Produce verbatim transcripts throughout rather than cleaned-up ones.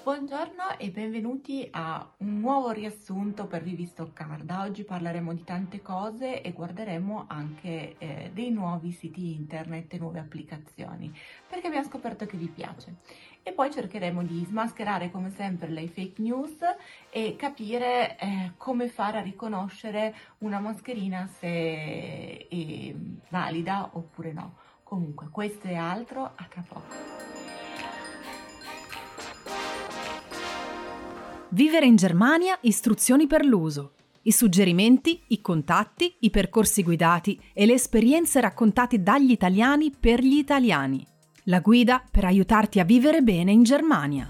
Buongiorno e benvenuti a un nuovo riassunto per Vivi Stoccarda. Oggi parleremo di tante cose e guarderemo anche eh, dei nuovi siti internet e nuove applicazioni, perché abbiamo scoperto che vi piace. E poi cercheremo di smascherare come sempre le fake news e capire eh, come fare a riconoscere una mascherina se è valida oppure no. Comunque, questo e altro a tra poco. Vivere in Germania, istruzioni per l'uso. I suggerimenti, i contatti, i percorsi guidati e le esperienze raccontate dagli italiani per gli italiani. La guida per aiutarti a vivere bene in Germania.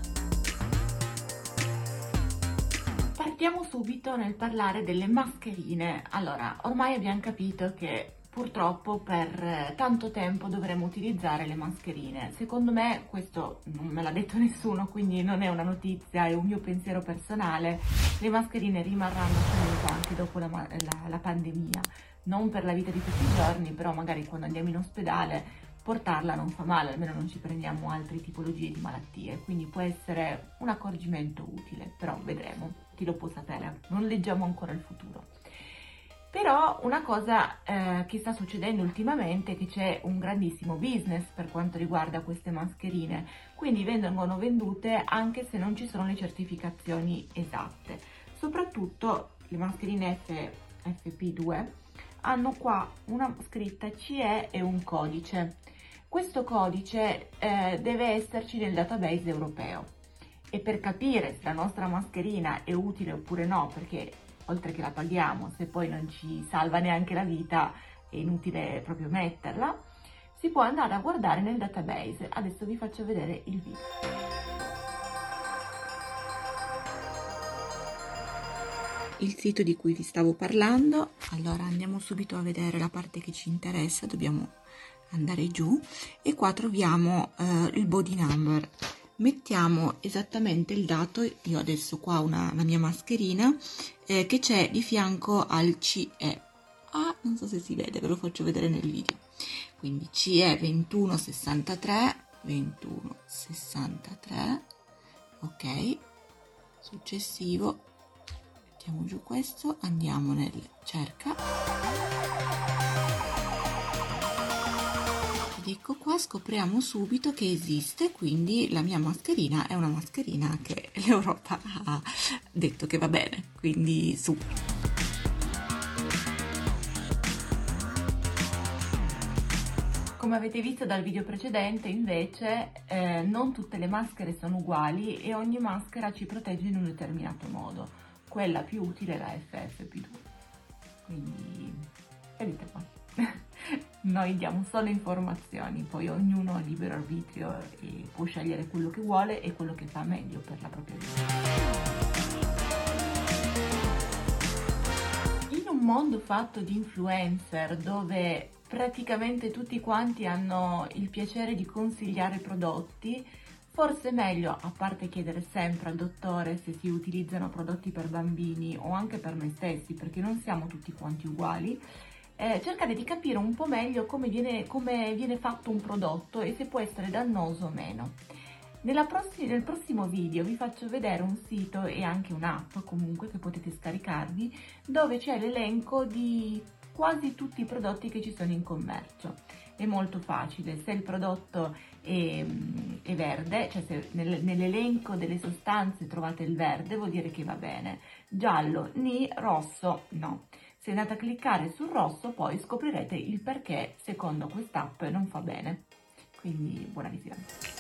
Partiamo subito nel parlare delle mascherine. Allora, ormai abbiamo capito che purtroppo per tanto tempo dovremo utilizzare le mascherine. Secondo me, questo non me l'ha detto nessuno, quindi non è una notizia, è un mio pensiero personale, le mascherine rimarranno comunque anche dopo la, la, la pandemia. Non per la vita di tutti i giorni, però magari quando andiamo in ospedale portarla non fa male, almeno non ci prendiamo altre tipologie di malattie, quindi può essere un accorgimento utile, però vedremo, chi lo può sapere, non leggiamo ancora il futuro. Però una cosa eh, che sta succedendo ultimamente è che c'è un grandissimo business per quanto riguarda queste mascherine, quindi vengono vendute anche se non ci sono le certificazioni esatte. Soprattutto le mascherine F P due hanno qua una scritta C E e un codice. Questo codice eh, deve esserci nel database europeo e per capire se la nostra mascherina è utile oppure no, perché oltre che la paghiamo, se poi non ci salva neanche la vita, è inutile proprio metterla, si può andare a guardare nel database. Adesso vi faccio vedere il video. Il sito di cui vi stavo parlando, allora andiamo subito a vedere la parte che ci interessa, dobbiamo andare giù e qua troviamo uh, il body number. Mettiamo esattamente il dato, io adesso qua ho una, la mia mascherina eh, che c'è di fianco al C E. Ah, non so se si vede, ve lo faccio vedere nel video. Quindi C E ventuno sessantatré, ventuno sessantatré, ok, successivo, mettiamo giù questo, andiamo nel cerca. Ecco qua, scopriamo subito che esiste, quindi la mia mascherina è una mascherina che l'Europa ha detto che va bene, quindi su. Come avete visto dal video precedente, invece, eh, non tutte le maschere sono uguali e ogni maschera ci protegge in un determinato modo. Quella più utile è la F F P due, quindi vedete qua. Noi diamo solo informazioni, poi ognuno ha libero arbitrio e può scegliere quello che vuole e quello che fa meglio per la propria vita. In un mondo fatto di influencer, dove praticamente tutti quanti hanno il piacere di consigliare prodotti, forse è meglio, a parte chiedere sempre al dottore se si utilizzano prodotti per bambini o anche per noi stessi, perché non siamo tutti quanti uguali, Eh, cercare di capire un po' meglio come viene, come viene fatto un prodotto e se può essere dannoso o meno. Nella prossi- nel prossimo video vi faccio vedere un sito e anche un'app comunque che potete scaricarvi, dove c'è l'elenco di quasi tutti i prodotti che ci sono in commercio. È molto facile, se il prodotto è, è verde, cioè se nel, nell'elenco delle sostanze trovate il verde vuol dire che va bene, giallo ni, rosso no. Se andate a cliccare sul rosso poi scoprirete il perché secondo quest'app non fa bene. Quindi buona visione.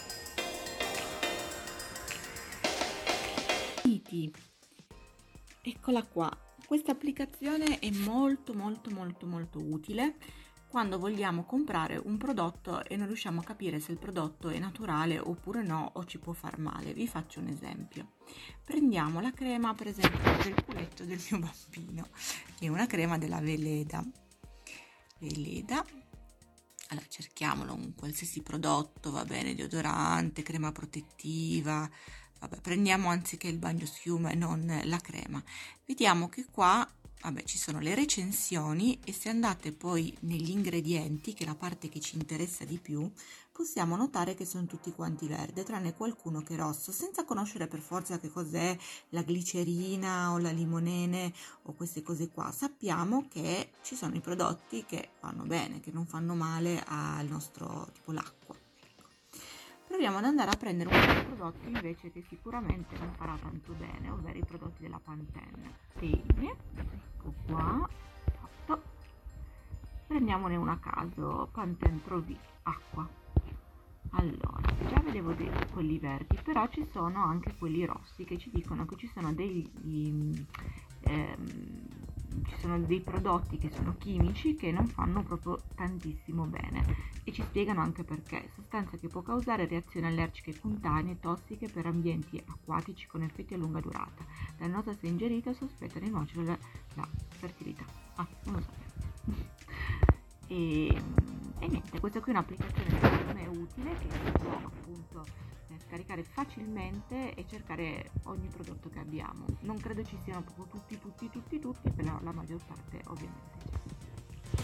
Eccola qua. Questa applicazione è molto molto molto molto utile quando vogliamo comprare un prodotto e non riusciamo a capire se il prodotto è naturale oppure no o ci può far male. Vi faccio un esempio. Prendiamo la crema, per esempio, del culetto del mio bambino, che è una crema della Veleda. Veleda. Allora, cerchiamolo un qualsiasi prodotto, va bene, deodorante, crema protettiva. Vabbè, prendiamo anziché il bagnoschiuma non la crema. Vediamo che qua vabbè, ci sono le recensioni e se andate poi negli ingredienti, che è la parte che ci interessa di più, possiamo notare che sono tutti quanti verde, tranne qualcuno che è rosso, senza conoscere per forza che cos'è la glicerina o la limonene o queste cose qua. Sappiamo che ci sono i prodotti che vanno bene, che non fanno male al nostro, tipo l'acqua. Ecco. Proviamo ad andare a prendere un po' di prodotti invece che sicuramente non farà tanto bene, ovvero i prodotti della Pantene. Bene, ecco qua, fatto. Prendiamone uno a caso, Pantene Pro V, acqua. Allora, già vedevo dei, quelli verdi, però ci sono anche quelli rossi che ci dicono che ci sono dei, di, ehm, ci sono dei prodotti che sono chimici che non fanno proprio tantissimo bene, e ci spiegano anche perché. Sostanza che può causare reazioni allergiche cutanee tossiche per ambienti acquatici con effetti a lunga durata. Dannosa se ingerita, sospetta di nuocere la, la fertilità. Ah, non lo sapevo. E, e niente, questa qui è un'applicazione che secondo me è utile, che si può appunto eh, scaricare facilmente e cercare ogni prodotto che abbiamo. Non credo ci siano proprio tutti, tutti, tutti, tutti, però la maggior parte ovviamente c'è.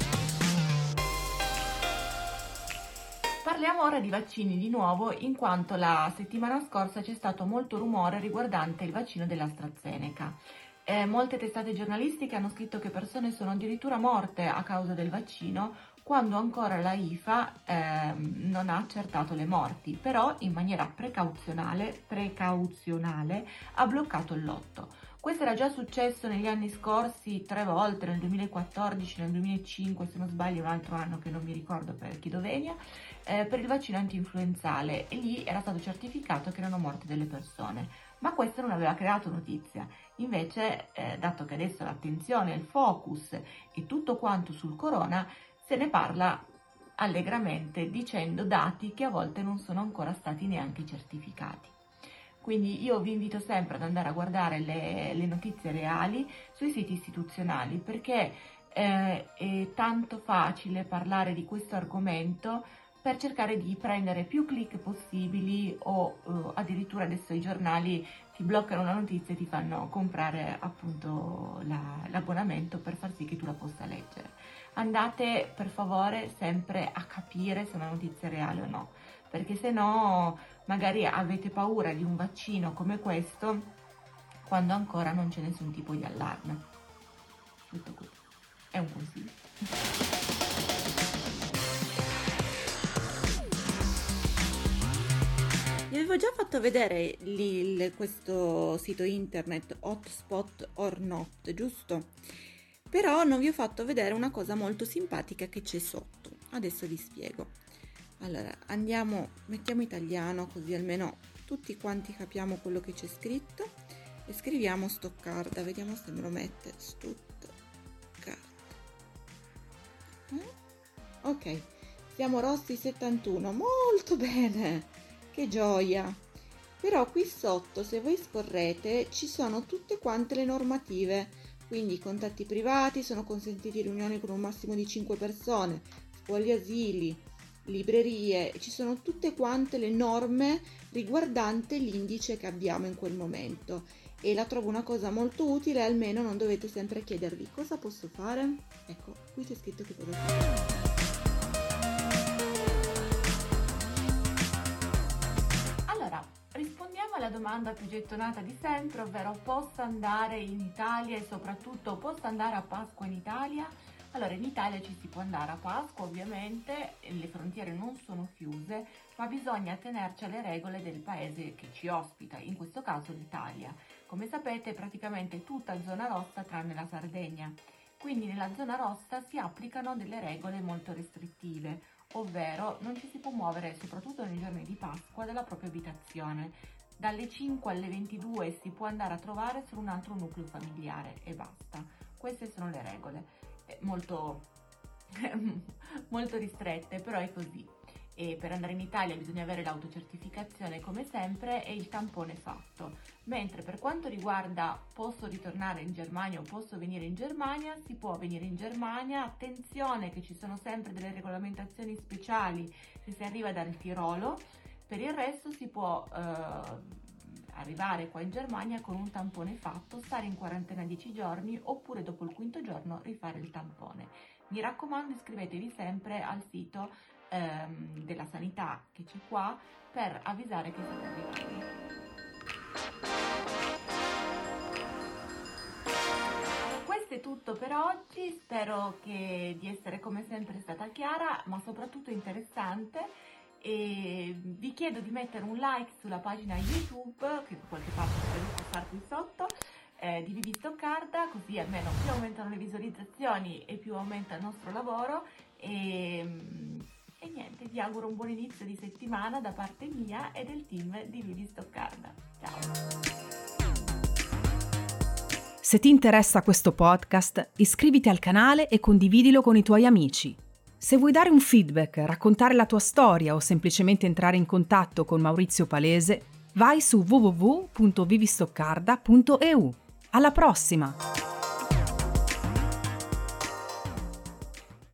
Parliamo ora di vaccini di nuovo, in quanto la settimana scorsa c'è stato molto rumore riguardante il vaccino dell'AstraZeneca. Eh, molte testate giornalistiche hanno scritto che persone sono addirittura morte a causa del vaccino, quando ancora la I F A eh, non ha accertato le morti, però in maniera precauzionale, precauzionale ha bloccato il lotto. Questo era già successo negli anni scorsi tre volte, nel duemilaquattordici, nel duemilacinque, se non sbaglio un altro anno che non mi ricordo per chi dovenia, eh, per il vaccino anti-influenzale, e lì era stato certificato che erano morte delle persone. Ma questo non aveva creato notizia. Invece, eh, dato che adesso l'attenzione, il focus è tutto quanto sul corona, se ne parla allegramente dicendo dati che a volte non sono ancora stati neanche certificati. Quindi io vi invito sempre ad andare a guardare le, le notizie reali sui siti istituzionali, perché eh, è tanto facile parlare di questo argomento per cercare di prendere più click possibili, o uh, addirittura adesso i giornali ti bloccano una notizia e ti fanno comprare appunto la, l'abbonamento per far sì che tu la possa leggere. Andate per favore sempre a capire se una notizia è reale o no, perché se no magari avete paura di un vaccino come questo quando ancora non c'è nessun tipo di allarme. Tutto qui. È un consiglio. Vi avevo già fatto vedere lì, il, questo sito internet Hotspot or Not, giusto? Però non vi ho fatto vedere una cosa molto simpatica che c'è sotto. Adesso vi spiego. Allora, andiamo, mettiamo italiano così almeno tutti quanti capiamo quello che c'è scritto, e scriviamo Stoccarda, vediamo se me lo mette. Stoccarda. Eh? Ok, siamo rossi settantuno, molto bene! Che gioia! Però qui sotto, se voi scorrete, ci sono tutte quante le normative, quindi i contatti privati, sono consentiti riunioni con un massimo di cinque persone, scuole asili, librerie, ci sono tutte quante le norme riguardante l'indice che abbiamo in quel momento, e la trovo una cosa molto utile, almeno non dovete sempre chiedervi cosa posso fare. Ecco, qui c'è scritto che cosa fare. Rispondiamo alla domanda più gettonata di sempre, ovvero posso andare in Italia e soprattutto posso andare a Pasqua in Italia? Allora, in Italia ci si può andare a Pasqua, ovviamente, le frontiere non sono chiuse, ma bisogna tenerci alle regole del paese che ci ospita, in questo caso l'Italia. Come sapete, è praticamente tutta zona rossa tranne la Sardegna. Quindi nella zona rossa si applicano delle regole molto restrittive, ovvero non ci si può muovere, soprattutto nei giorni di Pasqua, dalla propria abitazione. Dalle cinque alle ventidue si può andare a trovare solo un altro nucleo familiare e basta. Queste sono le regole, molto, molto ristrette, però è così. E per andare in Italia bisogna avere l'autocertificazione come sempre e il tampone fatto. Mentre per quanto riguarda posso ritornare in Germania o posso venire in Germania, si può venire in Germania. Attenzione che ci sono sempre delle regolamentazioni speciali se si arriva dal Tirolo. Per il resto si può eh, arrivare qua in Germania con un tampone fatto, stare in quarantena dieci giorni oppure dopo il quinto giorno rifare il tampone. Mi raccomando, iscrivetevi sempre al sito ehm, della sanità che c'è qua per avvisare che siete arrivati. Questo è tutto per oggi, spero che di essere come sempre stata chiara, ma soprattutto interessante, e vi chiedo di mettere un like sulla pagina YouTube, che da qualche parte potete fare qui sotto, eh, di Vivi Stoccarda, così almeno più aumentano le visualizzazioni e più aumenta il nostro lavoro. E, e niente, vi auguro un buon inizio di settimana da parte mia e del team di Vivi Stoccarda. Ciao! Se ti interessa questo podcast, iscriviti al canale e condividilo con i tuoi amici. Se vuoi dare un feedback, raccontare la tua storia o semplicemente entrare in contatto con Maurizio Palese, vai su w w w punto vivistoccarda punto e u. Alla prossima!